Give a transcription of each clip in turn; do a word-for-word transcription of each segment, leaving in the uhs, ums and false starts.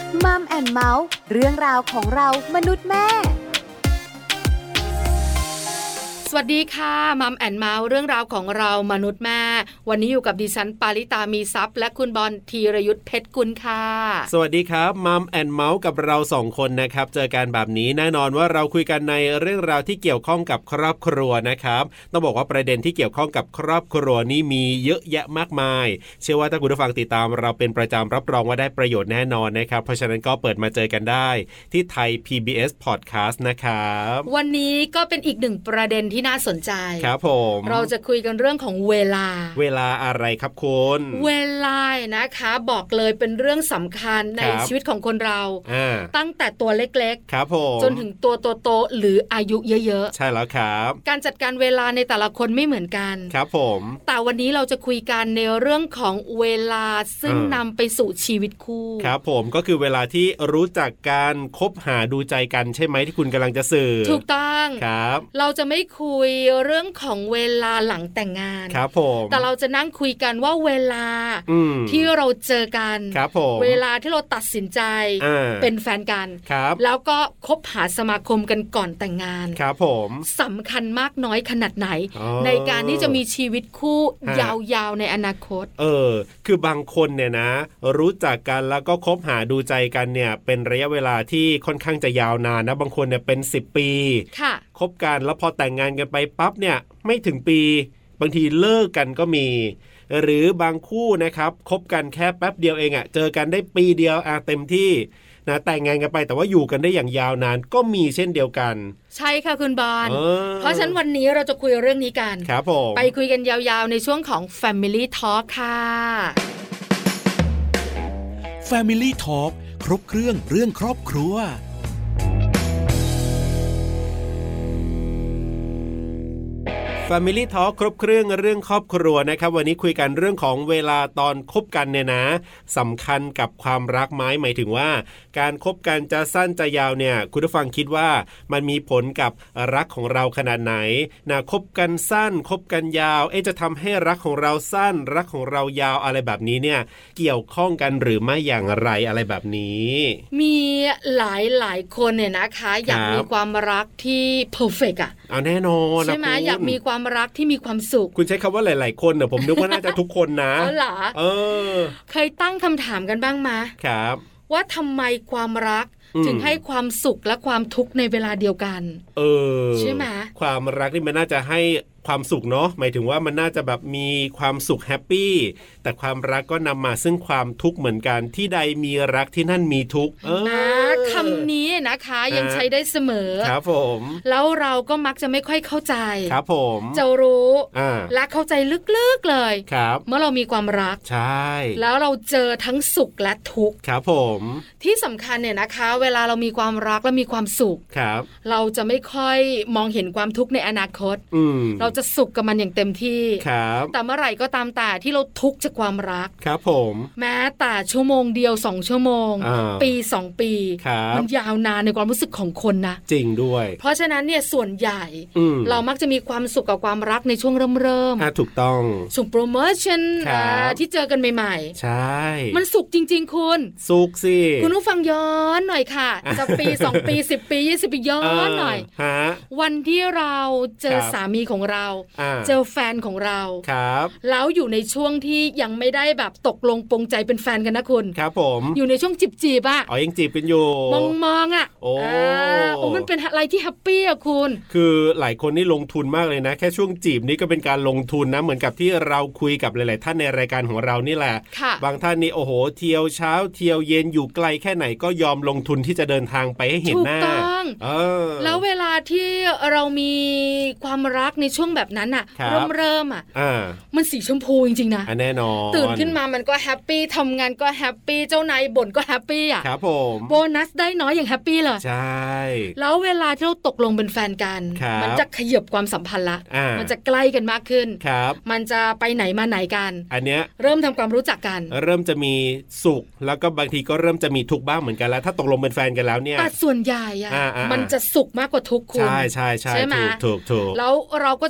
มัมแอนด์เมาส์เรื่องราวของเรามนุษย์แม่สวัสดีค่ะมัมแอนเมาส์เรื่องราวของเรามนุษย์แม่วันนี้อยู่กับดิฉันปาริตามีซัพย์และคุณบอลธีรยุทธเพชรกุลค่ะสวัสดีครับมัมแอนเมาส์กับเราสองคนนะครับเจอกันแบบนี้แน่นอนว่าเราคุยกันในเรื่องราวที่เกี่ยวข้องกับครอบครัวนะครับต้องบอกว่าประเด็นที่เกี่ยวข้องกับครอบครัวนี้มีเยอะแยะมากมายเชื่อว่าถ้าคุณผู้ฟังติดตามเราเป็นประจำรับรองว่าได้ประโยชน์แน่นอนนะครับเพราะฉะนั้นก็เปิดมาเจอกันได้ที่ไทย พี บี เอส Podcast นะครับวันนี้ก็เป็นอีกหนึ่งประเด็นที่น่าสนใจครับผมเราจะคุยกันเรื่องของเวลาเวลาอะไรครับคุณเวลานะคะบอกเลยเป็นเรื่องสำคัญในชีวิตของคนเราตั้งแต่ตัวเล็กๆครับผมจนถึงตัวโตๆหรืออายุเยอะๆใช่แล้วครับการจัดการเวลาในแต่ละคนไม่เหมือนกันครับผมแต่วันนี้เราจะคุยกันในเรื่องของเวลาซึ่งนำไปสู่ชีวิตคู่ครับผมก็คือเวลาที่รู้จักการคบหาดูใจกันใช่ไหมที่คุณกำลังจะสื่อถูกต้องครับเราจะไม่คุยเรื่องของเวลาหลังแต่งงานครับผมแต่เราจะนั่งคุยกันว่าเวลาที่เราเจอกันครับผมเวลาที่เราตัดสินใจเป็นแฟนกันครับแล้วก็คบหาสมาคมกันก่อนแต่งงานครับผมสำคัญมากน้อยขนาดไหนในการที่จะมีชีวิตคู่ยาวๆในอนาคตเออคือบางคนเนี่ยนะรู้จักกันแล้วก็คบหาดูใจกันเนี่ยเป็นระยะเวลาที่ค่อนข้างจะยาวนานนะบางคนเนี่ยเป็นสิบปีค่ะคบกันแล้วพอแต่งงานกันไปปั๊บเนี่ยไม่ถึงปีบางทีเลิกกันก็มีหรือบางคู่นะครับคบกันแค่แป๊บเดียวเองอ่ะเจอกันได้ปีเดียวอ่ะเต็มที่นะแต่งงานกันไปแต่ว่าอยู่กันได้อย่างยาวนานก็มีเช่นเดียวกันใช่ค่ะคุณบอล เ, เพราะฉะนั้นวันนี้เราจะคุยเรื่องนี้กันครับผมไปคุยกันยาวๆในช่วงของ Family Talk ค่ะ Family Talk ครบเครื่องเรื่องครอบครัว Family Talk ครบเครื่องเรื่องครอบครัวนะครับวันนี้คุยกันเรื่องของเวลาตอนคบกันเนี่ยนะสำคัญกับความรักไหมหมายถึงว่าการคบกันจะสั้นจะยาวเนี่ยคุณผู้ฟังคิดว่ามันมีผลกับรักของเราขนาดไหนนะคบกันสั้นคบกันยาวเอ๊ะจะทำให้รักของเราสั้นรักของเรายาวอะไรแบบนี้เนี่ยเกี่ยวข้องกันหรือไม่อย่างไรอะไรแบบนี้มีหลายหลายคนเนี่ยนะคะอยากมีความรักที่เพอร์เฟกต์อ่ะเอาแน่นอนใช่ไหมอยากมีความรักที่มีความสุขคุณใช้คำว่าหลายๆคนเนี่ยผมนึกว่าน่าจะทุกคนนะอ๋อเหรอเออเคยตั้งคำถามกันบ้างไหมครับว่าทำไมความรักถึงให้ความสุขและความทุกข์ในเวลาเดียวกันเออใช่ไหมความรักนี่มันน่าจะให้ความสุขเนาะหมายถึงว่ามันน่าจะแบบมีความสุขแฮปปี้แต่ความรักก็นำมาซึ่งความทุกข์เหมือนกันที่ใดมีรักที่นั่นมีทุกข์นะคำนี้นะคะยังใช้ได้เสมอครับผมแล้วเราก็มักจะไม่ค่อยเข้าใจครับผมจะรู้และเข้าใจลึกๆเลยครับเมื่อเรามีความรักใช่แล้วเราเจอทั้งสุขและทุกข์ครับผมที่สำคัญเนี่ยนะคะเวลาเรามีความรักและมีความสุขครับเราจะไม่ค่อยมองเห็นความทุกข์ในอนาคตเราจะสุขกับมันอย่างเต็มที่แต่เมื่อไหร่ก็ตามแต่ที่เราทุกข์จากความรักครับผมแม้แต่ชั่วโมงเดียวสองชั่วโมงปีสองปีมันยาวนานในความรู้สึกของคนนะจริงด้วยเพราะฉะนั้นเนี่ยส่วนใหญ่เรามักจะมีความสุขกับความรักในช่วงเริ่มเริ่มถูกต้องช่วงโปรโมชั่นที่เจอกันใหม่ๆใช่มันสุขจริงๆคุณสุขสิคุณผู้ฟังย้อนหน่อยค่ะจะปีสองปีสิบปียี่สิบปีย้อนหน่อยวันที่เราเจอสามีของเราเจอแฟนของเราครับแล้วอยู่ในช่วงที่ยังไม่ได้แบบตกลงปรงใจเป็นแฟนกันนะคุณครับผมอยู่ในช่วงจีบๆอ่ะอ๋อยังจีบกันอยู่มองมองอ่ะโอ้โอ้มันเป็นอะไรที่แฮปปี้อ่ะคุณคือหลายคนนี่ลงทุนมากเลยนะแค่ช่วงจีบนี่ก็เป็นการลงทุนนะเหมือนกับที่เราคุยกับหลายๆท่านในรายการของเรานี่แหละบางท่านนี่โอ้โหเที่ยวเช้าเที่ยวเย็นอยู่ไกลแค่ไหนก็ยอมลงทุนที่จะเดินทางไปให้เห็นหน้าถูกต้องแล้วเวลาที่เรามีความรักในช่วงแบบนั้นอ่ะเริ่มเริ่มอ่ะมันสีชมพูจริงๆนะแน่นอนตื่นขึ้นมามันก็แฮปปี้ทำงานก็แฮปปี้เจ้านายบ่นก็แฮปปี้อ่ะครับผมโบนัสได้น้อยอย่างแฮปปี้เลยใช่แล้วเวลาที่เราตกลงเป็นแฟนกันมันจะขยับความสัมพันธ์ละมันจะใกล้กันมากขึ้นมันจะไปไหนมาไหนกันอันเนี้ยเริ่มทำความรู้จักกันเริ่มจะมีสุขแล้วก็บางทีก็เริ่มจะมีทุกข์บ้างเหมือนกันแล้วถ้าตกลงเป็นแฟนกันแล้วเนี่ยแต่ส่วนใหญ่อะมันจะสุขมากกว่าทุกข์คุณใช่ใช่ใช่ถูกถูกถูกแล้วเราก็จะ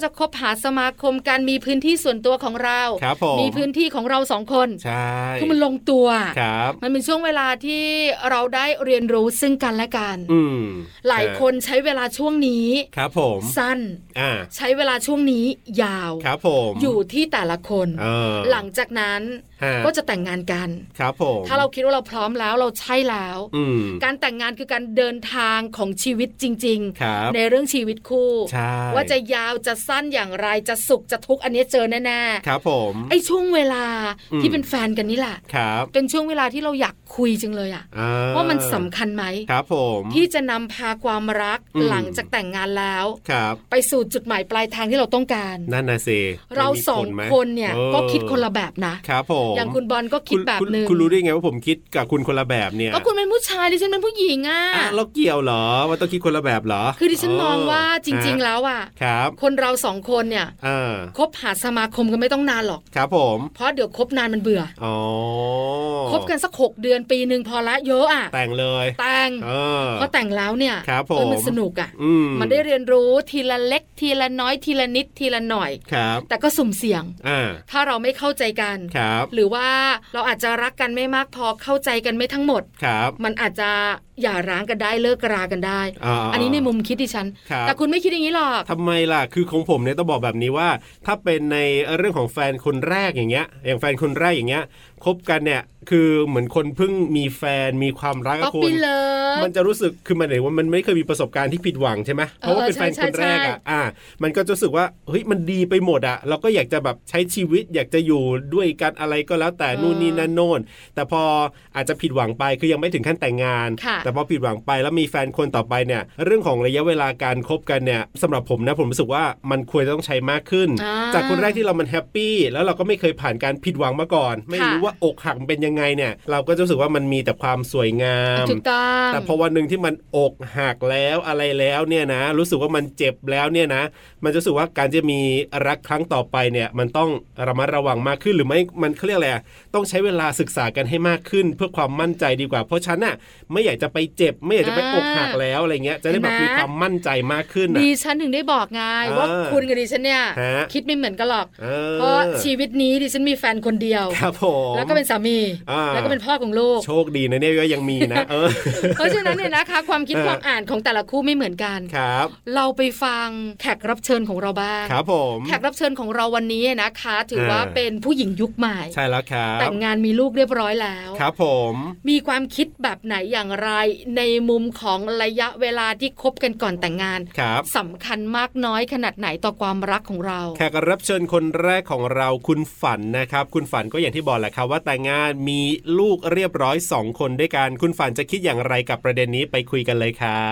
จะคบหาสมาคมการมีพื้นที่ส่วนตัวของเรา มีพื้นที่ของเราสองคนใช่คือมันลงตัวครับมันเป็นช่วงเวลาที่เราได้เรียนรู้ซึ่งกันและกันหลายคนใช้เวลาช่วงนี้ครับผมสั้นใช้เวลาช่วงนี้ยาวครับผมอยู่ที่แต่ละคนหลังจากนั้นก็จะแต่งงานกันครับผมถ้าเราคิดว่าเราพร้อมแล้วเราใช่แล้วการแต่งงานคือการเดินทางของชีวิตจริงๆในเรื่องชีวิตคู่ว่าจะยาวจะสั้นอย่างไรจะสุขจะทุกข์อันนี้เจอแน่ๆครับผมไอ้ช่วงเวลาที่เป็นแฟนกันนี่แหละเป็นช่วงเวลาที่เราอยากคุยจังเลยอ่ะว่ามันสำคัญไหมครับผมที่จะนำพาความรักหลังจากแต่งงานแล้วไปสู่จุดหมายปลายทางที่เราต้องการนั่นน่ะสิเราสองคนเนี่ยก็คิดคนละแบบนะครับผมอย่างคุณบอลก็คิดแบบนึงคุณรู้ได้ไงว่าผมคิดกับคุณคนละแบบเนี่ยก็คุณเป็นผู้ชายดิฉันเป็นผู้หญิงอ่ะแล้วเกี่ยวเหรอว่าต้องคิดคนละแบบเหรอคือดิฉันมองว่าจริงๆแล้วอ่ะคนเราสองคนเนี่ยคบหาสมาคมกันไม่ต้องนานหรอกครับผมเพราะเดี๋ยวคบนานมันเบื่ออ๋อคบกันสักหกเดือนปีนึงพอละเยอะอ่ะแต่งเลยแต่งพอแต่งแล้วเนี่ยมันสนุกอ่ะมันได้เรียนรู้ทีละเล็กทีละน้อยทีละนิดทีละหน่อยแต่ก็สุ่มเสี่ยงถ้าเราไม่เข้าใจกันหรือว่าเราอาจจะรักกันไม่มากพอเข้าใจกันไม่ทั้งหมดมันอาจจะอย่าร้างกันได้เลิกรากันได้ อ, อันนี้ในมุมคิดดิฉันแต่คุณไม่คิดอย่างนี้หรอกทำไมล่ะคือของผมเนี่ยต้องบอกแบบนี้ว่าถ้าเป็นในเรื่องของแฟนคนแรกอย่างเงี้ยอย่างแฟนคนแรกอย่างเงี้ยคบกันเนี่ยคือเหมือนคนเพิ่งมีแฟนมีความรักกับคุณมันจะรู้สึกคือมันเห็นว่ามันไม่เคยมีประสบการณ์ที่ผิดหวังใช่ไหมเพราะว่าเป็นแฟนคนแรกอ่ะอ่ามันก็จะรู้สึกว่าเฮ้ยมันดีไปหมดอ่ะเราก็อยากจะแบบใช้ชีวิตอยากจะอยู่ด้วยกันอะไรก็แล้วแต่นู่นนี่นั่นโน่นแต่พออาจจะผิดหวังไปคือยังไม่ถึงขั้นแต่งงานแต่พอผิดหวังไปแล้วมีแฟนคนต่อไปเนี่ยเรื่องของระยะเวลาการคบกันเนี่ยสำหรับผมนะผมรู้สึกว่ามันควรต้องใช้มากขึ้นจากคนแรกที่เรามันแฮปปี้แล้วเราก็ไม่เคยผ่านการผิดหวังมาก่อนไม่รู้ว่าอกหักเป็นยังไงเนี่ยเราก็จะรู้สึกว่ามันมีแต่ความสวยงามแต่พอวันนึงที่มันอกหักแล้วอะไรแล้วเนี่ยนะรู้สึกว่ามันเจ็บแล้วเนี่ยนะมันจะรู้สึกว่าการจะมีรักครั้งต่อไปเนี่ยมันต้องระมัดระวังมากขึ้นหรือไม่มันเค้าเรียกอะไรต้องใช้เวลาศึกษากันให้มากขึ้นเพื่อความมั่นใจดีกว่าเพราะฉันน่ะไม่อยากจะไปเจ็บไม่อยากจะไปอกหักแล้วอะไรเงี้ยจะได้แบบมีความมั่นใจมากขึ้นดิฉันถึงได้บอกไงว่าคุณกับดิฉันเนี่ยคิดไม่เหมือนกันหรอกเพราะชีวิตนี้ดิฉันมีแฟนคนเดียวครับผมแล้วก็เป็นสามีแล้วก็เป็นพ่อของลูกโชคดีนะเนี่ยก็ยังมีนะเออเพราะฉะนั้นเนี่ยนะคะความคิดความอ่านของแต่ละคู่ไม่เหมือนกันครับเราไปฟังแขกรับเชิญของเราบ้างครับผมแขกรับเชิญของเราวันนี้นะคะถือว่าเป็นผู้หญิงยุคใหม่ใช่แล้วครับแต่งงานมีลูกเรียบร้อยแล้วครับผมมีความคิดแบบไหนอย่างไรในมุมของระยะเวลาที่คบกันก่อนแต่งงานสำคัญมากน้อยขนาดไหนต่อความรักของเราแขกรับเชิญคนแรกของเราคุณฝันนะครับคุณฝันก็อย่างที่บอกแหละครับว่าแต่งงานมีลูกเรียบร้อยสองคนด้วยกันคุณฝันจะคิดอย่างไรกับประเด็นนี้ไปคุยกันเลยครับ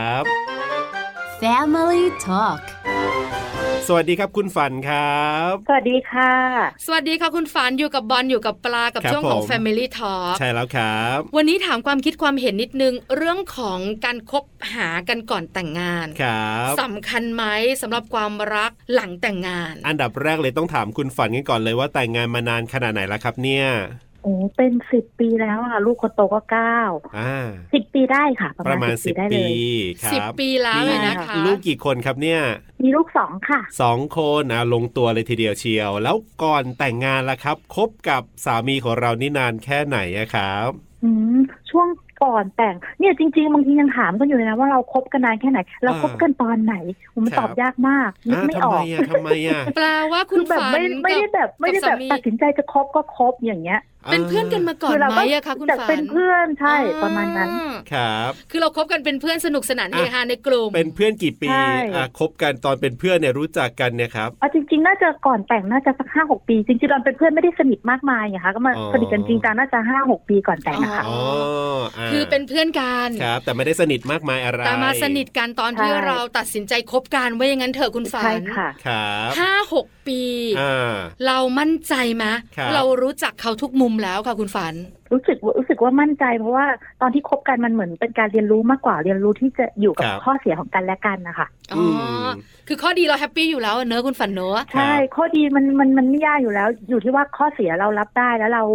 Family Talk สวัสดีครับคุณฝันครับสวัสดีค่ะสวัสดีค่ะคุณฝันอยู่กับบอลอยู่กับปลากับช่วงของ Family Talk ใช่แล้วครับวันนี้ถามความคิดความเห็นนิดนึงเรื่องของการคบหากันก่อนแต่งงานครับสำคัญไหมสำหรับความรักหลังแต่งงานอันดับแรกเลยต้องถามคุณฝันกันก่อนเลยว่าแต่งงานมานานขนาดไหนแล้วครับเนี่ยโอ้เป็นสิบปีแล้วอ่ะลูกคนโตก็เก้าอ่าสิบปีได้ค่ะประมาณสิบปีครับสิบปีแล้วเลยนะคะลูกกี่คนครับเนี่ยมีลูกสองค่ะสองคนอ่ะลงตัวเลยทีเดียวเชียวแล้วก่อนแต่งงานล่ะครับคบกับสามีของเรานี่นานแค่ไหนอะครับอืมช่วงก่อนแต่งเนี่ยจริงๆบางทียังถามกันอยู่เลยนะว่าเราคบกันนานแค่ไหนเราคบกันตอนไหนผมตอบยากมากนึกไม่ออกทำไมอ่ะแปลว่าคุณฝันไม่ได้แบบไม่ได้แบบตัดสินใจจะคบก็คบอย่างเงี้ยเป็นเพื่อนกันมาก่อนไหมอะคะคุณฝันเป็นเพื่อนใช่ประมาณนั้นครับคือเราคบกันเป็นเพื่อนสนุกสนานเฮฮาในกลุ่มเป็นเพื่อนกี่ปีอ่ะคบกันตอนเป็นเพื่อนเนี่ยรู้จักกันเนี่ยครับอ๋อจริงๆน่าจะก่อนแต่งน่าจะสักห้าหกปีจริงๆตอนเป็นเพื่อนไม่ได้สนิทมากมายไงคะก็มาสนิทกันจริงจังน่าจะห้าหกปีก่อนแต่งนะคะอ๋อคือเป็นเพื่อนกันครับแต่ไม่ได้สนิทมากมายอะไรแต่มาสนิทกันตอนที่เราตัดสินใจคบกันว่าอย่างนั้นเถอะคุณฝันใช่ค่ะครับห้าหกปีเรามั่นใจไหมเรารู้จักเขาทุกมุมแล้วค่ะคุณฝันรู้สึกรู้สึกว่ามั่นใจเพราะว่าตอนที่คบกันมันเหมือนเป็นการเรียนรู้มากกว่าเรียนรู้ที่จะอยู่กับข้อเสียของกันและกันนะคะอ๋อคือข้อดีเราแฮปปี้อยู่แล้วเนอะคุณฝันเนอะใช่ข้อดีมันมันมันไม่ยากอยู่แล้วอยู่ที่ว่าข้อเสียเรารับได้แล้วเรา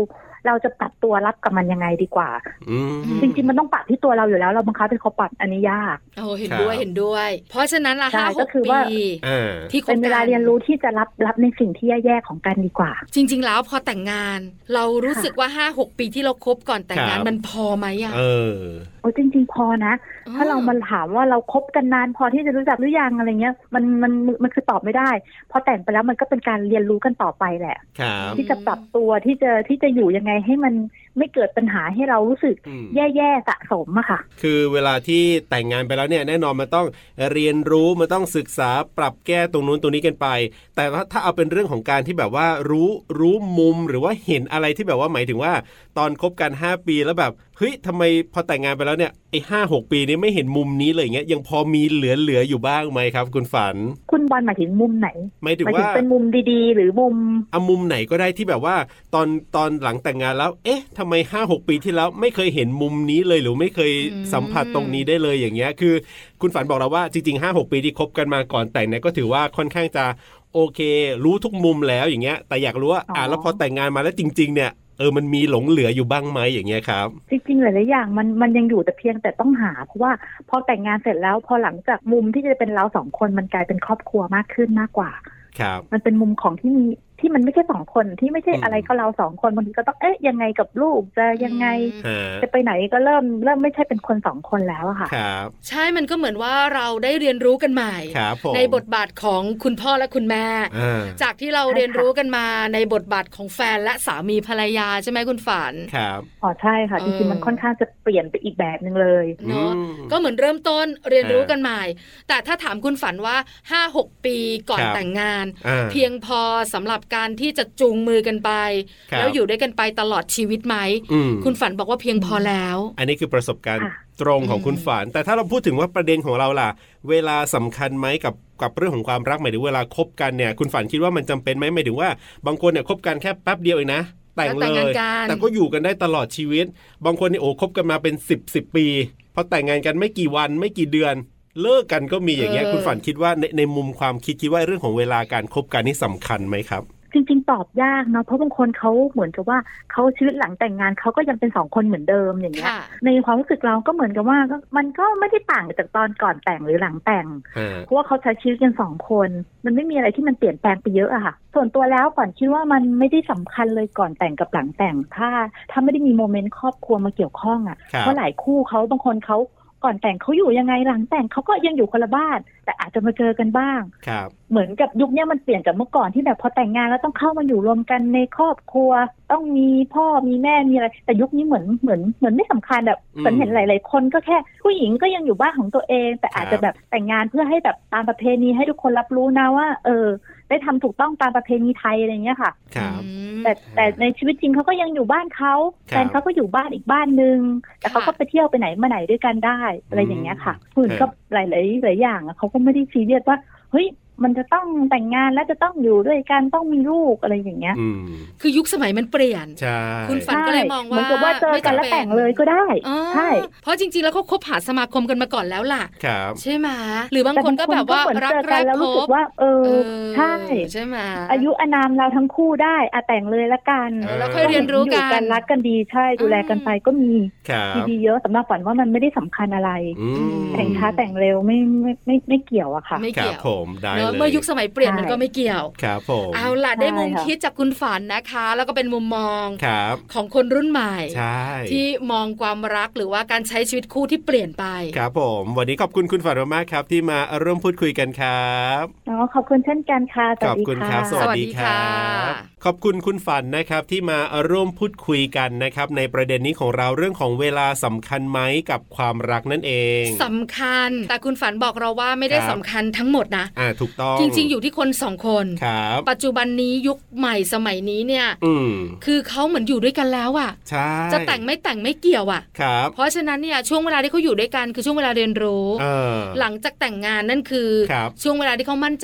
เราจะปรับตัวรับกับมันยังไงดีกว่าจริงๆมันต้องปรับที่ตัวเราอยู่แล้วเราบังคับให้เขาปรับอันนี้ยากโอ้เห็นด้วยเห็นด้วยเพราะฉะนั้นละห้าหกปีที่เป็นเวลาเรียนรู้ที่จะรับรับในสิ่งที่แย่ๆของกันดีกว่าจริงๆแล้วพอแต่งงานเรารู้สึกว่า ห้าหก ปีที่เราคบก่อนแต่งงานมันพอไหมอ่ะเออโอ้จริงๆพอนะถ้าเรามาถามว่าเราคบกันนานพอที่จะรู้จักหรือยังอะไรเงี้ยมันมันมันคือตอบไม่ได้พอแต่งไปแล้วมันก็เป็นการเรียนรู้กันต่อไปแหละที่จะปรับตัวที่จะที่จะอยู่ยังไงให้มันไม่เกิดปัญหาให้เรารู้สึกแย่ๆสะสมอะค่ะคือเวลาที่แต่งงานไปแล้วเนี่ยแน่นอนมันต้องเรียนรู้มันต้องศึกษาปรับแก้ตรงนู้นตรงนี้กันไปแต่ว่าถ้าเอาเป็นเรื่องของการที่แบบว่ารู้รู้มุมหรือว่าเห็นอะไรที่แบบว่าหมายถึงว่าตอนคบกันห้าปีแล้วแบบเฮ้ยทำไมพอแต่งงานไปแล้วเนี่ยไอ้ห้าหกปีนี้ไม่เห็นมุมนี้เลยเงี้ยยังพอมีเหลือๆอยู่บ้างไหมครับคุณฝันคุณบอลหมายถึงมุมไหนหมายถึงว่าเป็นมุมดีๆหรือมุมเอามุมไหนก็ได้ที่แบบว่าตอนตอนหลังแต่งงานแล้วเอ๊ะทำไมห้าหกปีที่แล้วไม่เคยเห็นมุมนี้เลยหรือไม่เคยสัมผัสตรงนี้ได้เลยอย่างเงี้ยคือคุณฝันบอกเราว่าจริงๆ ห้าหก ปีที่คบกันมาก่อนแต่งเนี่ยก็ถือว่าค่อนข้างจะโอเครู้ทุกมุมแล้วอย่างเงี้ยแต่อยากรู้ว่าอ่ะแล้วพอแต่งงานมาแล้วจริงๆเนี่ยเออมันมีหลงเหลืออยู่บ้างไหมอย่างเงี้ยครับจริงๆหลายๆอย่างมันมันยังอยู่แต่เพียงแต่ต้องหาเพราะว่าพอแต่งงานเสร็จแล้วพอหลังจากมุมที่จะเป็นเราสองคนมันกลายเป็นครอบครัวมากขึ้นมากกว่าครับมันเป็นมุมของที่มีที่มันไม่ใช่สองคนที่ไม่ใช่อะไรก็เราสองคนบางทีก็ต้องเอ๊ะยังไงกับลูกจะยังไงจะไปไหนก็เริ่มเริ่มไม่ใช่เป็นคนสองคนแล้วอะค่ะครับใช่มันก็เหมือนว่าเราได้เรียนรู้กันใหม่ในบทบาทของคุณพ่อและคุณแม่จากที่เราเรียนรู้กันมาในบทบาทของแฟนและสามีภรรยาใช่ไหมคุณฝันครับอ๋อใช่ค่ะจริงๆมันค่อนข้างจะเปลี่ยนไปอีกแบบนึงเลยเนาะก็เหมือนเริ่มต้นเรียนรู้กันใหม่แต่ถ้าถามคุณฝันว่า ห้าหก ปีก่อนแต่งงานเพียงพอสำหรับการที่จะจูงมือกันไปแล้วอยู่ด้วยกันไปตลอดชีวิตไหมคุณฝันบอกว่าเพียงพอแล้วอันนี้คือประสบการณ์ตรงของคุณฝันแต่ถ้าเราพูดถึงว่าประเด็นของเราล่ะเวลาสำคัญไหมกับกับเรื่องของความรักหมายถึงเวลาคบกันเนี่ยคุณฝันคิดว่ามันจำเป็นไหมหมายถึงว่าบางคนเนี่ยคบกันแค่แป๊บเดียวเองนะแต่งเลยแต่ก็อยู่กันได้ตลอดชีวิตบางคนนี่โอ้คบกันมาเป็นสิบ สิบปีพอแต่งงานกันไม่กี่วันไม่กี่เดือนเลิกกันก็มีอย่างเงี้ยคุณฝันคิดว่าในในมุมความคิดคิดว่าเรื่องของเวลาการคบกันนี่สำคัญไหมครับจริงๆตอบยากเนาะเพราะบางคนเขาเหมือนกับว่าเขาชีวิตหลังแต่งงานเขาก็ยังเป็นสองคนเหมือนเดิมอย่างเงี้ยในความรู้สึกเราก็เหมือนกับว่ามันก็ไม่ได้ต่างจากตอนก่อนแต่งหรือหลังแต่งเพราะว่าเขาใช้ชีวิตกันสองคนมันไม่มีอะไรที่มันเปลี่ยนแปลงไปเยอะอะค่ะส่วนตัวแล้วก่อนคิดว่ามันไม่ได้สำคัญเลยก่อนแต่งกับหลังแต่งถ้าถ้าไม่ได้มีโมเมนต์ครอบครัวมาเกี่ยวข้องอะเพราะหลายคู่เขาบางคนเขาก่อนแต่งเขาอยู่ยังไงหลังแต่งเขาก็ยังอยู่คนละบ้านแต่อาจจะมาเจอกันบ้างเหมือนกับยุคนี้มันเปลี่ยนจากเมื่อก่อนที่แบบพอแต่งงานแล้วต้องเข้ามาอยู่รวมกันในครอบครัวต้องมีพ่อมีแม่มีอะไรแต่ยุคนี้เหมือนเหมือนเหมือนไม่สำคัญแบบฉันเห็นหลายๆคนก็แค่ผู้หญิงก็ยังอยู่บ้านของตัวเองแต่อาจจะแบบแต่งงานเพื่อให้แบบตามประเพณีให้ทุกคนรับรู้นะว่าเออได้ทำถูกต้องตามประเพณีไทยอะไรเงี้ยค่ะแต่แต่ในชีวิตจริงเขาก็ยังอยู่บ้านเขาแฟนเขาก็อยู่บ้านอีกบ้านนึงแต่เขาก็ไปเที่ยวไปไหนมาไหนด้วยกันได้อะไรอย่างเงี้ยค่ะคุณก็หลายๆหลายอย่างเขาก็ไม่ได้ซีเรียสว่าเฮ้ยมันจะต้องแต่งงานแล้วจะต้องอยู่ด้วยกันต้องมีลูกอะไรอย่างเงี้ยคือยุคสมัยมันเปลี่ยนคุณฝันก็เลยมองว่าเหมือนกับว่าเจอกันแล้วแต่งเลยก็ได้ใช่เพราะจริงๆแล้วเขาคบหาสมาคมกันมาก่อนแล้วล่ะใช่ไหมหรือบางคนก็แบบว่ารักแรกพบว่าเออใช่ใช่ไหมอายุอานามเราทั้งคู่ได้อะแต่งเลยละกันแล้วค่อยเรียนรู้กันรักกันดีใช่ดูแลกันไปก็มีดีๆเยอะสำหรับฝันว่ามันไม่ได้สำคัญอะไรแต่งช้าแต่งเร็วไม่ไม่ไม่ไม่เกี่ยวอะค่ะไม่เกี่ยวผมได้เลยเมื่อยุคสมัยเปลี่ยนมันก็ไม่เกี่ยวครับผมเอาล่ะได้มุมคิดจากคุณฝันนะคะแล้วก็เป็นมุมมองของคนรุ่นใหม่ที่มองความรักหรือว่าการใช้ชีวิตคู่ที่เปลี่ยนไปครับผมวันนี้ขอบคุณคุณฝันมากครับที่มาร่วมพูดคุยกันครับอ๋อขอบคุณเช่นกันค่ะขอบคุณครับสวัสดีค่ะขอบคุณคุณฝันนะครับที่มาร่วมพูดคุยกันนะครับในประเด็นนี้ของเราเรื่องของเวลาสำคัญไหมกับความรักนั่นเองสำคัญแต่คุณฝันบอกเราว่าไม่ได้สำคัญทั้งหมดนะอ่าถูกต้องจริงๆอยู่ที่คนสองคนครับปัจจุบันนี้ยุคใหม่สมัยนี้เนี่ยคือเขาเหมือนอยู่ด้วยกันแล้วอ่ะใช่จะแต่งไม่แต่งไม่เกี่ยวอ่ะครับเพราะฉะนั้นเนี่ยช่วงเวลาที่เขาอยู่ด้วยกันคือช่วงเวลาเรียนรู้หลังจากแต่งงานนั่นคือช่วงเวลาที่เขามั่นใจละ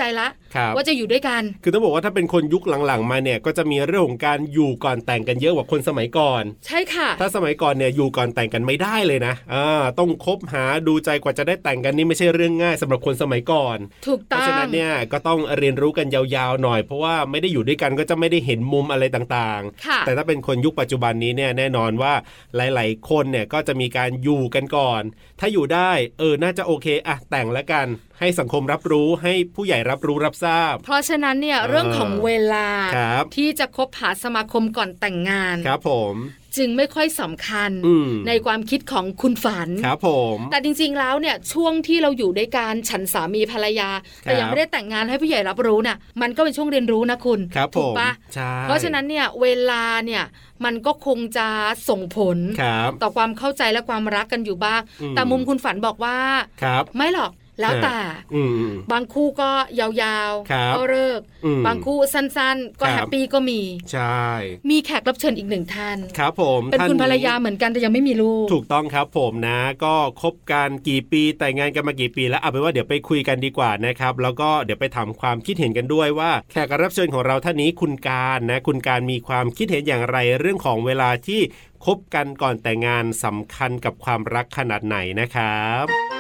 ว่าจะอยู่ด้วยกันคือต้องบอกว่าถ้าเป็นคนยุคหลังๆมาเนี่ยก็จะมีเรื่องของการอยู่ก่อนแต่งกันเยอะกว่าคนสมัยก่อนใช่ค่ะถ้าสมัยก่อนเนี่ยอยู่ก่อนแต่งกันไม่ได้เลยนะอ่าต้องคบหาดูใจกว่าจะได้แต่งกันนี่ไม่ใช่เรื่องง่ายสำหรับคนสมัยก่อนถูกต้องเพราะฉะนั้นเนี่ยก็ต้องเรียนรู้กันยาวๆหน่อยเพราะว่าไม่ได้อยู่ด้วยกันก็จะไม่ได้เห็นมุมอะไรต่างๆแต่ถ้าเป็นคนยุคปัจจุบันนี้เนี่ยแน่นอนว่าหลายๆคนเนี่ยก็จะมีการอยู่กันก่อนถ้าอยู่ได้เออน่าจะโอเคอะแต่งแล้วกันให้สังคมรับรู้ให้ผู้ใหญ่รับรู้รับทราบเพราะฉะนั้นเนี่ยเรื่องของเวลาที่จะคบหาสมาคมก่อนแต่งงานครับผมจึงไม่ค่อยสำคัญในความคิดของคุณฝันครับผมแต่จริงๆแล้วเนี่ยช่วงที่เราอยู่ด้วยกันฉันสามีภรรยาแต่ยังไม่ได้แต่งงานให้ผู้ใหญ่รับรู้น่ะมันก็เป็นช่วงเรียนรู้นะคุณถูกปะเพราะฉะนั้นเนี่ยเวลาเนี่ยมันก็คงจะส่งผลต่อความเข้าใจและความรักกันอยู่บ้างแต่มุมคุณฝันบอกว่าไม่หรอกแล้วแต่บางคู่ก็ยาวๆก็เลิกบางคู่สั้นๆก็แฮปปี้ก็มีใช่มีแขกรับเชิญอีกหนึ่งท่านครับผมเป็นคุณภรรยาเหมือนกันแต่ยังไม่มีลูกถูกต้องครับผมนะก็คบกันกี่ปีแต่งงานกันมากี่ปีแล้วเอาเป็นว่าเดี๋ยวไปคุยกันดีกว่านะครับแล้วก็เดี๋ยวไปถามความคิดเห็นกันด้วยว่าแขกรับเชิญของเราท่านนี้คุณการนะคุณการมีความคิดเห็นอย่างไรเรื่องของเวลาที่คบกันก่อนแต่งงานสำคัญกับความรักขนาดไหนนะครับ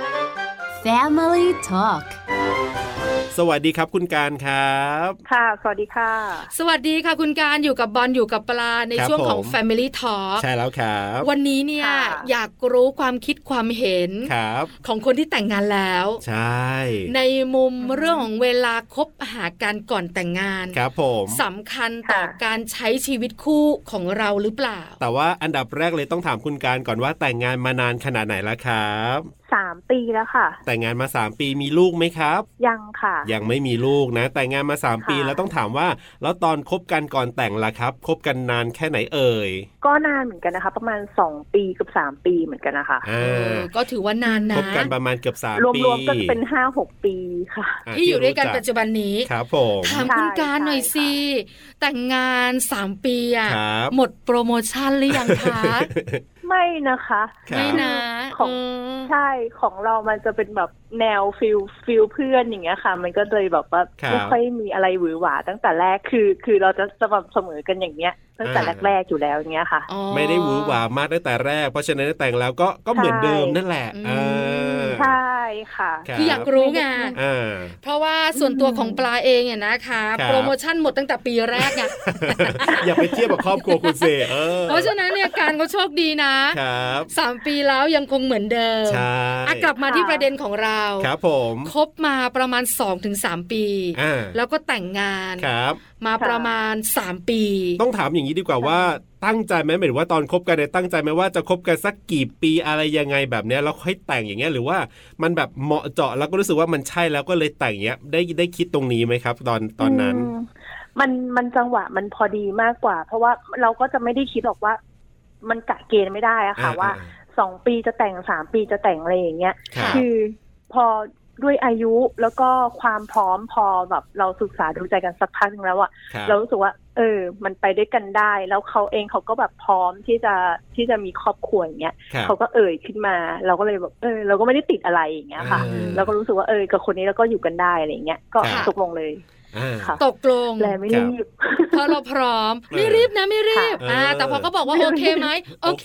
Family Talk สวัสดีครับคุณการครับค่ะสวัสดีค่ะสวัสดีค่ะคุณการอยู่กับบอลอยู่กับปลาในช่วงของ Family Talk ใช่แล้วครับวันนี้เนี่ยอยากรู้ความคิดความเห็นของคนที่แต่งงานแล้วใช่ในมุมเรื่องของเวลาคบหากันก่อนแต่งงานครับผมสำคัญต่อการใช้ชีวิตคู่ของเราหรือเปล่าแต่ว่าอันดับแรกเลยต้องถามคุณการก่อนว่าแต่งงานมานานขนาดไหนแล้วครับสามปีแล้วค่ะแต่งงานมาสามปีมีลูกไหมครับยังค่ะยังไม่มีลูกนะแต่งงานมาสามปีแล้วต้องถามว่าแล้วตอนคบกันก่อนแต่งล่ะครับคบกันนานแค่ไหนเอ่ยก็นานเหมือนกันนะคะประมาณสองปีกับสามปีเหมือนกันนะคะเออก็ถือว่านานนะคบกันประมาณเกือบสามปีรวมๆก็เป็น ห้าหก ปีค่ะที่อยู่ด้วยกันปัจจุบันนี้ครับผมถามคุณการหน่อยสิแต่งงานสามปีอ่ะหมดโปรโมชั่นหรือยังคะไม่นะคะไม่นะของใช่ของเรามันจะเป็นแบบแนวฟิลฟิลเพื่อนอย่างเงี้ยค่ะมันก็เลยแบบว่าไม่ค่อยมีอะไรหวือหวาตั้งแต่แรกคือคือเราจะสม่ำเสมอกันอย่างเงี้ยตั้งแต่แรกๆอยู่แล้วอย่างเงี้ยค่ะไม่ได้หวือหวามากตั้งแต่แรกเพราะฉะนั้นแต่งแล้วก็ก็เหมือนเดิมนั่นแหละใช่ค่ะคืออยากรู้ไงเพราะว่าส่วนตัวของปลาเองเนี่ยนะคะโปรโมชั่นหมดตั้งแต่ปีแรกไงอย่าไปเทียบกับครอบครัวคุณเสเพราะฉะนั้นเนี่ยการก็โชคดีนะสามปีแล้วยังคงเหมือนเดิมกลับมาที่ประเด็นของเราครับผมคบมาประมาณ สองถึงสาม ปีแล้วก็แต่งงานมาประมาณสามปีต้องถามอย่างนี้ดีกว่าว่าตั้งใจไหมหมายถึงว่าตอนคบกันเนี่ยตั้งใจไหมว่าจะคบกันสักกี่ปีอะไรยังไงแบบเนี้ยแล้วค่อยแต่งอย่างเงี้ยหรือว่ามันแบบเหมาะเจาะแล้วก็รู้สึกว่ามันใช่แล้วก็เลยแต่งเงี้ยได้ได้คิดตรงนี้ไหมครับตอนตอนนั้นมันมันจังหวะมันพอดีมากกว่าเพราะว่าเราก็จะไม่ได้คิดหรอกว่ามันกะเกณฑ์ไม่ได้อะค่ะว่าสองปีจะแต่งสามปีจะแต่งอะไรอย่างเงี้ยคือพอด้วยอายุแล้วก็ความพร้อมพอแบบเราศึกษาดูใจกันสักพักนึงแล้วอะเรารู้สึกว่าเออมันไปด้วยกันได้แล้วเขาเองเขาก็แบบพร้อมที่จะที่จะมีครอบครัวอย่างเงี้ยเขาก็เอ่ยขึ้นมาเราก็เลยแบบเออเราก็ไม่ได้ติดอะไรอย่างเงี้ยค่ะเราก็รู้สึกว่าเออกับคนนี้เราก็อยู่กันได้อะไรเงี้ยก็ตกลงเลยตกลงแต่ไม่รีบเพราะเราพร้อมไม่รีบนะไม่รีบอ่าแต่พอก็บอกว่าโอเคไหมโอเค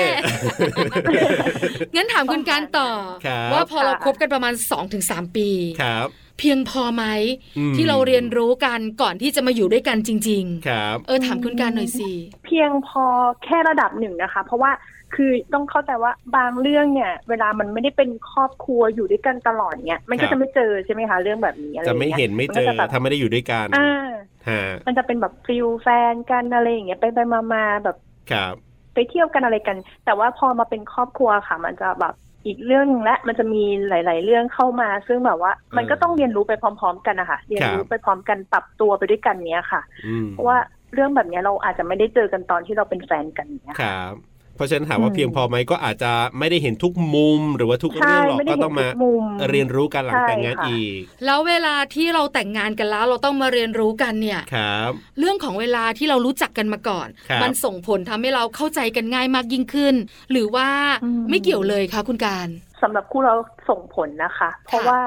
งั้นถามคุณการต่อว่าพอเราคบกันประมาณ สองถึงสาม ปีเพียงพอไหมที่เราเรียนรู้กันก่อนที่จะมาอยู่ด้วยกันจริงๆครับเออถามคุณการหน่อยสิเพียงพอแค่ระดับหนึ่งนะคะเพราะว่าคือต้องเข้าใจว่าบางเรื่องเนี่ยเวลามันไม่ได้เป็นครอบครัวอยู่ด้วยกันตลอดเนี่ยมันก็จะไม่เจอใช่ไหมคะเรื่องแบบนี้อะไรจะไม่เห็นไม่เจอถ้าไม่ได้อยู่ด้วยกันอ่ามันจะเป็นแบบฟิลแฟนกันอะไรอย่างเงี้ยไปไปมาๆแบบไปเที่ยวกันอะไรกันแต่ว่าพอมาเป็นครอบครัวค่ะมันจะแบบอีกเรื่องนึงและมันจะมีหลายๆเรื่องเข้ามาซึ่งแบบว่ามันก็ต้องเรียนรู้ไปพร้อมๆกันนะคะเรียนรู้ไปพร้อมกันปรับตัวไปด้วยกันเนี้ยค่ะเพราะว่าเรื่องแบบนี้เราอาจจะไม่ได้เจอกันตอนที่เราเป็นแฟนกันเนี้ยครับเพราะฉะนั้นถามว่าเพียงพอไหมก็อาจจะไม่ได้เห็นทุกมุมหรือว่าทุกเรื่องหรอกก็ต้องมาเรียนรู้กันหลังแต่งงานอีกแล้วเวลาที่เราแต่งงานกันแล้วเราต้องมาเรียนรู้กันเนี่ยเรื่องของเวลาที่เรารู้จักกันมาก่อนมันส่งผลทำให้เราเข้าใจกันง่ายมากยิ่งขึ้นหรือว่าไม่เกี่ยวเลยคะคุณการสำหรับคู่เราส่งผลนะคะเพราะว่า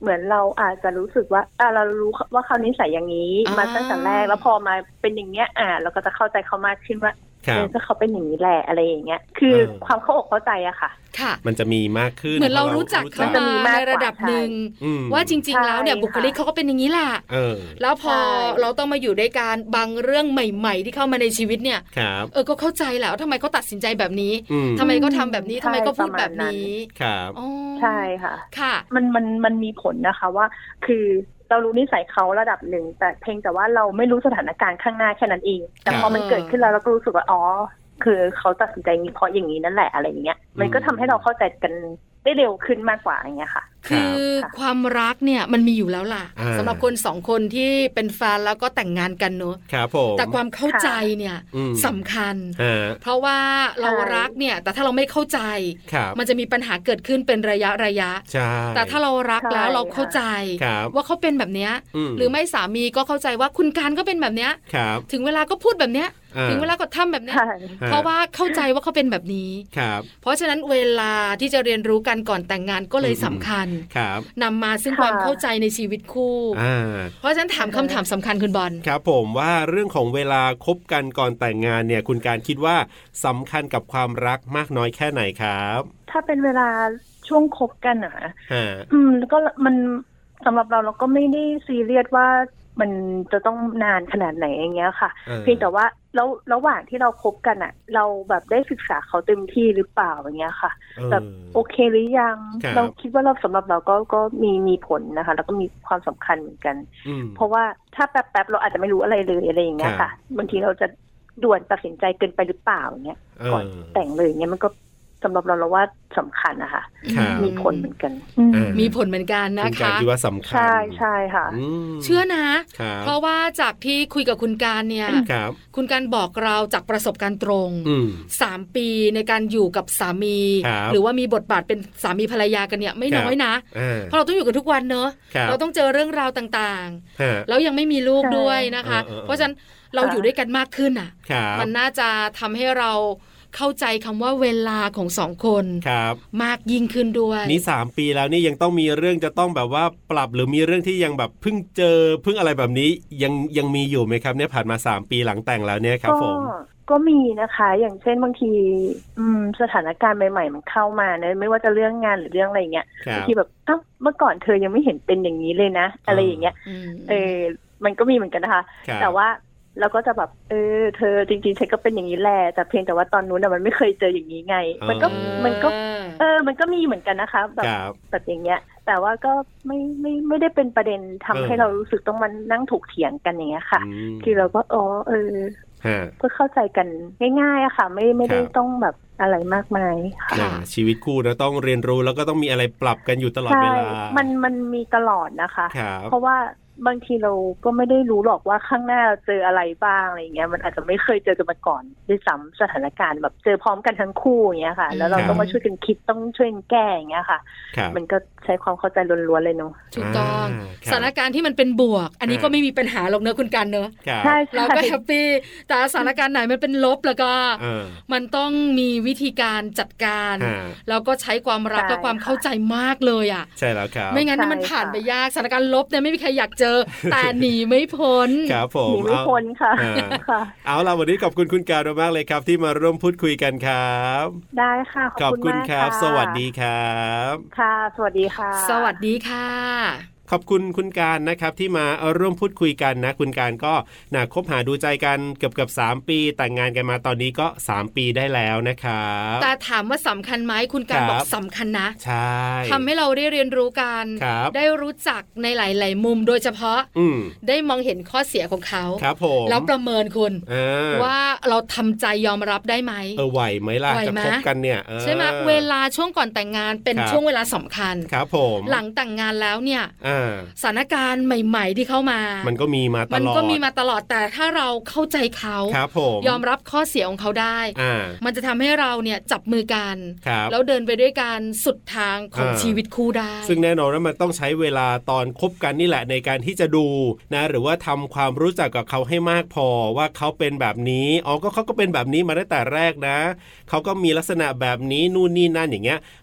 เหมือนเราอาจจะรู้สึกว่าอ่าเรารู้ว่าเขานิสัยอย่างนี้มาตั้งแต่แรกแล้วพอมาเป็นอย่างเงี้ยอ่าเราก็จะเข้าใจเขามากขึ้นว่าเออก็เขาเป็นอย่างนี้แหละอะไรอย่างเงี้ยคือความเข้าอกเข้าใจอะค่ะค่ะมันจะมีมากขึ้นเหมือนเรารู้จักเขามาในระดับหนึ่งว่าจริงๆแล้วเนี่ยบุคลิกเขาก็เป็นอย่างนี้แหละแล้วพอเราต้องมาอยู่ด้วยกันบางเรื่องใหม่ๆที่เข้ามาในชีวิตเนี่ยเออก็เข้าใจแล้วทำไมเขาตัดสินใจแบบนี้ทำไมเขาทำแบบนี้ทำไมเขาพูดแบบนี้ครับใช่ค่ะค่ะมันมันมันมีผลนะคะว่าคือเรารู้นิสัยเขาระดับหนึ่งแต่เพียงแต่ว่าเราไม่รู้สถานการณ์ข้างหน้าแค่นั้นเองแต่พอมันเกิดขึ้นแล้วเราก็รู้สึกว่าอ๋อคือเขาตัดสินใจนี้เพราะอย่างนี้นั่นแหละอะไรอย่างเงี้ยมันก็ทำให้เราเข้าใจกันได้เร็วขึ้นมากกว่าอย่างเงี้ยค่ะคือความรักเนี่ยมันมีอยู่แล้วล่ะสำหรับคนสองคนที่เป็นแฟนแล้วก็แต่งงานกันเนอะแต่ความเข้าใจเนี่ยสำคัญเพราะว่าเรารักเนี่ยแต่ถ้าเราไม่เข้าใจมันจะมีปัญหาเกิดขึ้นเป็นระยะระยะแต่ถ้าเรารักแล้วเราเข้าใจว่าเขาเป็นแบบเนี้ยหรือไม่สามีก็เข้าใจว่าคุณการก็เป็นแบบเนี้ยถึงเวลาก็พูดแบบเนี้ยถึงเวลาก็ทำแบบนี้เพราะว่าเข้าใจว่าเขาเป็นแบบนี้เพราะฉะนั้นเวลาที่จะเรียนรู้กันก่อนแต่งงานก็เลยสำคัญนำมาซึ่งความเข้าใจในชีวิตคู่เพราะฉะนั้นถามคำถามสำคัญคุณบอลครับผมว่าเรื่องของเวลาคบกันก่อนแต่งงานเนี่ยคุณการคิดว่าสำคัญกับความรักมากน้อยแค่ไหนครับถ้าเป็นเวลาช่วงคบกันอ่ะอืมแล้วก็มันสำหรับเราเราก็ไม่ได้ซีเรียสว่ามันจะต้องนานขนาดไหนอย่างเงี้ยค่ะเพียงแต่ว่าแล้วระหว่างที่เราคบกันอ่ะเราแบบได้ศึกษาเขาเต็มที่หรือเปล่าอย่างเงี้ยค่ะแบบโอเคหรือยังเราคิดว่าเราสำหรับเราก็ก็มีมีผลนะคะแล้วก็มีความสำคัญเหมือนกันเพราะว่าถ้าแป๊บๆเราอาจจะไม่รู้อะไรเลยอะไรอย่างเงี้ยค่ะบางทีเราจะด่วนตัดสินใจเกินไปหรือเปล่าอย่างเงี้ยก่อนแต่งเลยอย่างเงี้ยมันก็สำหรับเราเราว่าสำคัญนะคะมีผลเหมือนกันมีผลเหมือนกันนะคะคิดว่าสำคัญใช่ใช่ค่ะเชื่อนะเพราะว่าจากที่คุยกับคุณการเนี่ยคุณการบอกเราจากประสบการณ์ตรงสามปีในการอยู่กับสามีหรือว่ามีบทบาทเป็นสามีภรรยากันเนี่ยไม่น้อยนะเพราะเราต้องอยู่กันทุกวันเนอะเราต้องเจอเรื่องราวต่างๆแล้วยังไม่มีลูกด้วยนะคะเพราะฉะนั้นเราอยู่ด้วยกันมากขึ้นอ่ะมันน่าจะทำให้เราเข้าใจคำว่าเวลาของสองคนมากยิ่งขึ้นด้วยนี่สามปีแล้วนี่ยังต้องมีเรื่องจะต้องแบบว่าปรับหรือมีเรื่องที่ยังแบบเพิ่งเจอเพิ่งอะไรแบบนี้ยังยังมีอยู่ไหมครับเนี่ยผ่านมาสามปีหลังแต่งแล้วเนี่ยครับผมก็มีนะคะอย่างเช่นบางทีสถานการณ์ใหม่ๆมันเข้ามานะไม่ว่าจะเรื่องงานหรือเรื่องอะไรเงี้ยบางทีแบบเอ้าเมื่อก่อนเธอยังไม่เห็นเป็นอย่างนี้เลยนะอะไรอย่างเงี้ยเออมันก็มีเหมือนกันนะคะแต่ว่าเราก็จะแบบเออเธอจริงๆฉันก็เป็นอย่างนี้แหละแต่เพียงแต่ว่าตอนนู้นน่ะมันไม่เคยเจออย่างนี้ไงมันก็มันก็เออมันก็มีเหมือนกันนะคะแบบแบบอย่างเงี้ยแต่ว่าก็ไม่ไม่ไม่ได้เป็นประเด็นทำให้เรารู้สึกต้องมานั่งถกเถียงกันอย่างเงี้ยค่ะคือเราก็อ๋อเออเพื่อเข้าใจกันง่ายๆอะค่ะไม่ไม่ได้ต้องแบบอะไรมากมายค่ะชีวิตคู่นะต้องเรียนรู้แล้วก็ต้องมีอะไรปรับกันอยู่ตลอดเวลามันมันมีตลอดนะคะเพราะว่าบางทีเราก็ไม่ได้รู้หรอกว่าข้างหน้าเจออะไรบ้างอะไรเงี้ยมันอาจจะไม่เคยเจอกันมาก่อนด้วยซ้ำสถานการณ์แบบเจอพร้อมกันทั้งคู่อย่างเงี้ยค่ะแล้วเราต้องมาช่วยกันคิดต้องช่วยกันแก้อย่างเงี้ยค่ะมันก็ใช้ความเข้าใจล้วนๆเลยเนาะถูกต้องสถานการณ์ที่มันเป็นบวกอันนี้ก็ไม่มีปัญหาหรอกเนอะคุณกันเนอะใช่เราก็แฮปปี้แต่สถานการณ์ไหนมันเป็นลบแล้วก็มันต้องมีวิธีการจัดการแล้วก็ใช้ความรักและความเข้าใจมากเลยอ่ะใช่แล้วครับไม่งั้นมันผ่านไปยากสถานการณ์ลบเนี่ยไม่มีใครอยากเจอแต่หนีไม่พ้นครับผมหนีไม่พ้นค่ะเอาล่ะวันนี้ขอบคุณคุณการมากเลยครับที่มาร่วมพูดคุยกันครับได้ค่ะขอบคุณครับสวัสดีครับค่ะสวัสดีค่ะสวัสดีค่ะขอบคุณคุณการนะครับที่มาร่วมพูดคุยกันนะคุณการก็น่าคบหาดูใจกันเกือบๆสามปีแต่งงานกันมาตอนนี้ก็สามปีได้แล้วนะครับแต่ถามว่าสำคัญไหมคุณการบอกสำคัญนะใช่ทำให้เราได้เรียนรู้กันได้รู้จักในหลายๆมุมโดยเฉพาะได้มองเห็นข้อเสียของเขาแล้วประเมินคุณว่าเราทำใจยอมรับได้ไหมเออไหวไหมล่ะจะคบกันเนี่ยใช่ไหมเวลาช่วงก่อนแต่งงานเป็นช่วงเวลาสำคัญครับผมหลังแต่งงานแล้วเนี่ยสถานการณ์ใหม่ๆที่เข้ามามันก็มีมาตลอดมันก็มีมาตลอดแต่ถ้าเราเข้าใจเขายอมรับข้อเสียของเขาได้มันจะทำให้เราเนี่ยจับมือกันแล้วเดินไปด้วยกันสุดทางของชีวิตคู่ได้ซึ่งแน่นอนว่ามันต้องใช้เวลาตอนคบกันนี่แหละในการที่จะดูนะหรือว่าทำความรู้จักกับเขาให้มากพอว่าเขาเป็นแบบนี้อ๋อก็เขาก็เป็นแบบนี้มาตั้งแต่แรกนะเขาก็มีลักษณะแบบนี้นู่นนี่นั่นอย่างเงี้ย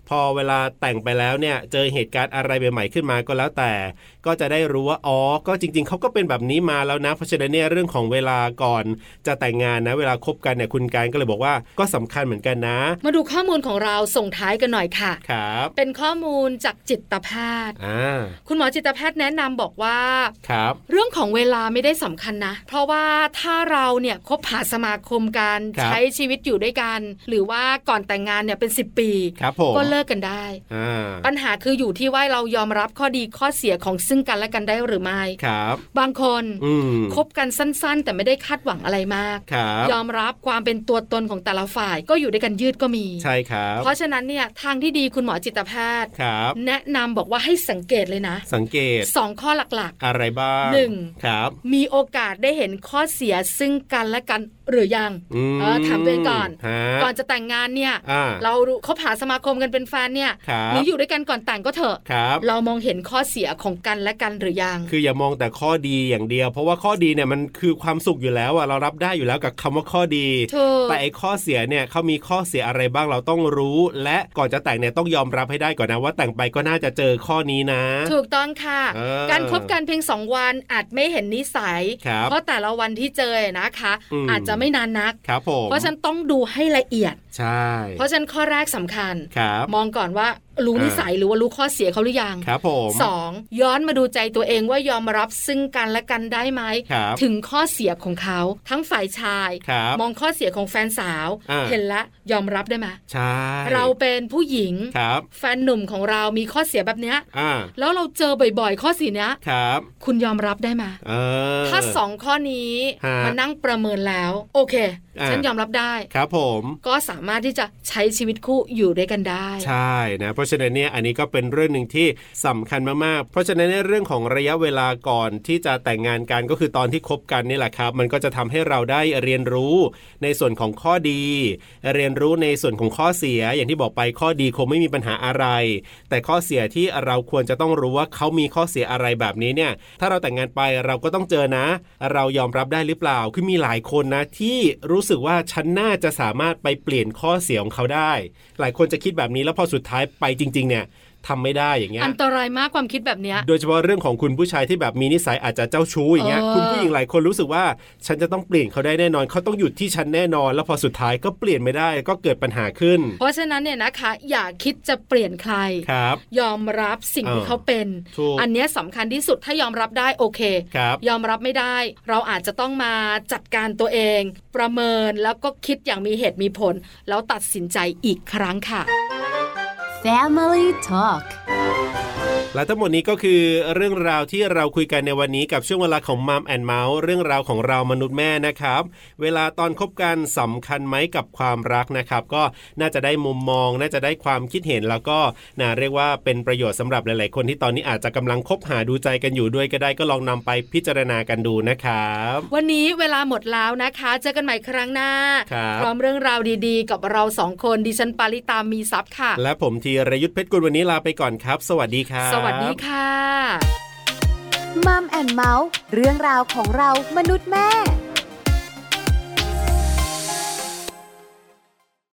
พอเวลาแต่งไปแล้วเนี่ยเจอเหตุการณ์อะไรใหม่ๆขึ้นมาก็แล้วแต่ก็จะได้รู้ว่าอ๋อก็จริงๆเขาก็เป็นแบบนี้มาแล้วนะเพราะฉะนั้นเนี่ยเรื่องของเวลาก่อนจะแต่งงานนะเวลาคบกันเนี่ยคุณการก็เลยบอกว่าก็สำคัญเหมือนกันนะมาดูข้อมูลของเราส่งท้ายกันหน่อยค่ะครับเป็นข้อมูลจากจิตแพทย์คุณหมอจิตแพทย์แนะนำบอกว่าครับเรื่องของเวลาไม่ได้สำคัญนะเพราะว่าถ้าเราเนี่ยคบหาสมาคมกันใช้ชีวิตอยู่ด้วยกันหรือว่าก่อนแต่งงานเนี่ยเป็นสิบปีก็เลิกกันได้ปัญหาคืออยู่ที่ว่าเรายอมรับข้อดีข้อเสียของซึ่งกันและกันได้หรือไม่ครับบางคนคบกันสั้นๆแต่ไม่ได้คาดหวังอะไรมากยอมรับความเป็นตัวตนของแต่ละฝ่ายก็อยู่ด้วยกันยืดก็มีใช่ครับเพราะฉะนั้นเนี่ยทางที่ดีคุณหมอจิตแพทย์แนะนำบอกว่าให้สังเกตเลยนะสังเกตสองข้อหลักๆอะไรบ้างหนึ่งครับมีโอกาสได้เห็นข้อเสียซึ่งกันและกันหรือยังเออถามตัวเองก่อนก่อนจะแต่งงานเนี่ยเราคบหาสมาคมกันเป็นแฟนเนี่ยหรืออยู่ด้วยกันก่อนแต่งก็เถอะเรามองเห็นข้อเสียของกันและกันหรือยังคืออย่ามองแต่ข้อดีอย่างเดียวเพราะว่าข้อดีเนี่ยมันคือความสุขอยู่แล้วอ่ะเรารับได้อยู่แล้วกับคำว่าข้อดีแต่ไอ้ข้อเสียเนี่ยเขามีข้อเสียอะไรบ้างเราต้องรู้และก่อนจะแต่งเนี่ยต้องยอมรับให้ได้ก่อนนะว่าแต่งไปก็น่าจะเจอข้อนี้นะถูกต้องค่ะการคบกันเพียงสองวันอาจไม่เห็นนิสัยเพราะแต่ละวันที่เจอนะคะอาจจะไม่นานนักเพราะฉันต้องดูให้ละเอียดใช่เพราะฉะนั้นข้อแรกสำคัญมองก่อนว่ารู้นิสัยหรือว่ารู้ข้อเสียเขาหรือยังครับผมสองย้อนมาดูใจตัวเองว่ายอมรับซึ่งกันและกันได้ไหมถึงข้อเสียของเขาทั้งฝ่ายชายมองข้อเสียของแฟนสาวเห็นแล้วยอมรับได้ไหมใช่เราเป็นผู้หญิงแฟนหนุ่มของเรามีข้อเสียแบบเนี้ยแล้วเราเจอบ่อยๆข้อเสียเนี้ยคุณยอมรับได้ไหมถ้าสองข้อนี้มานั่งประเมินแล้วโอเคฉันยอมรับได้ครับผมก็สามารถที่จะใช้ชีวิตคู่อยู่ด้วยกันได้ใช่นะเพราะฉะนั้นเนี่ยอันนี้ก็เป็นเรื่องนึงที่สำคัญมากๆเพราะฉะนั้นในเรื่องของระยะเวลาก่อนที่จะแต่งงานกันก็คือตอนที่คบกันนี่แหละครับมันก็จะทำให้เราได้เรียนรู้ในส่วนของข้อดีเรียนรู้ในส่วนของข้อเสียอย่างที่บอกไปข้อดีคงไม่มีปัญหาอะไรแต่ข้อเสียที่เราควรจะต้องรู้ว่าเขามีข้อเสียอะไรแบบนี้เนี่ยถ้าเราแต่งงานไปเราก็ต้องเจอนะเรายอมรับได้หรือเปล่าคือมีหลายคนนะที่รู้สึกว่าฉันน่าจะสามารถไปเปลี่ยนข้อเสียของเขาได้หลายคนจะคิดแบบนี้แล้วพอสุดท้ายไปจริงๆเนี่ยทำไม่ได้อย่างเงี้ยอันตรายมากความคิดแบบเนี้ยโดยเฉพาะเรื่องของคุณผู้ชายที่แบบมีนิสัยอาจจะเจ้าชู้อย่างเงี้ยคุณผู้หญิงหลายคนรู้สึกว่าฉันจะต้องเปลี่ยนเขาได้แน่นอนเขาต้องหยุดที่ฉันแน่นอนแล้วพอสุดท้ายก็เปลี่ยนไม่ได้ก็เกิดปัญหาขึ้นเพราะฉะนั้นเนี่ยนะคะอย่าคิดจะเปลี่ยนใครครับยอมรับสิ่งที่เขาเป็นอันนี้สำคัญที่สุดถ้ายอมรับได้โอเคยอมรับไม่ได้เราอาจจะต้องมาจัดการตัวเองประเมินแล้วก็คิดอย่างมีเหตุมีผลแล้วตัดสินใจอีกครั้งค่ะ Family Talk และทั้งหมดนี้ก็คือเรื่องราวที่เราคุยกันในวันนี้กับช่วงเวลาของมัมแอนด์เมาส์เรื่องราวของเรามนุษย์แม่นะครับเวลาตอนคบกันสำคัญไหมกับความรักนะครับก็น่าจะได้มุมมองน่าจะได้ความคิดเห็นแล้วก็น่าเรียกว่าเป็นประโยชน์สำหรับหลายๆคนที่ตอนนี้อาจจะกำลังคบหาดูใจกันอยู่ด้วยก็ได้ก็ลองนำไปพิจารณากันดูนะครับวันนี้เวลาหมดแล้วนะคะเจอกันใหม่ครั้งหน้าพร้อมเรื่องราวดีๆกับเราสองคนดิฉันปาริตามีซับค่ะและผมธีรยุทธเพชรกุลวันนี้ลาไปก่อนครับสวัสดีครับสวัสดีค่ะมัมแอนด์เมาส์เรื่องราวของเรามนุษย์แม่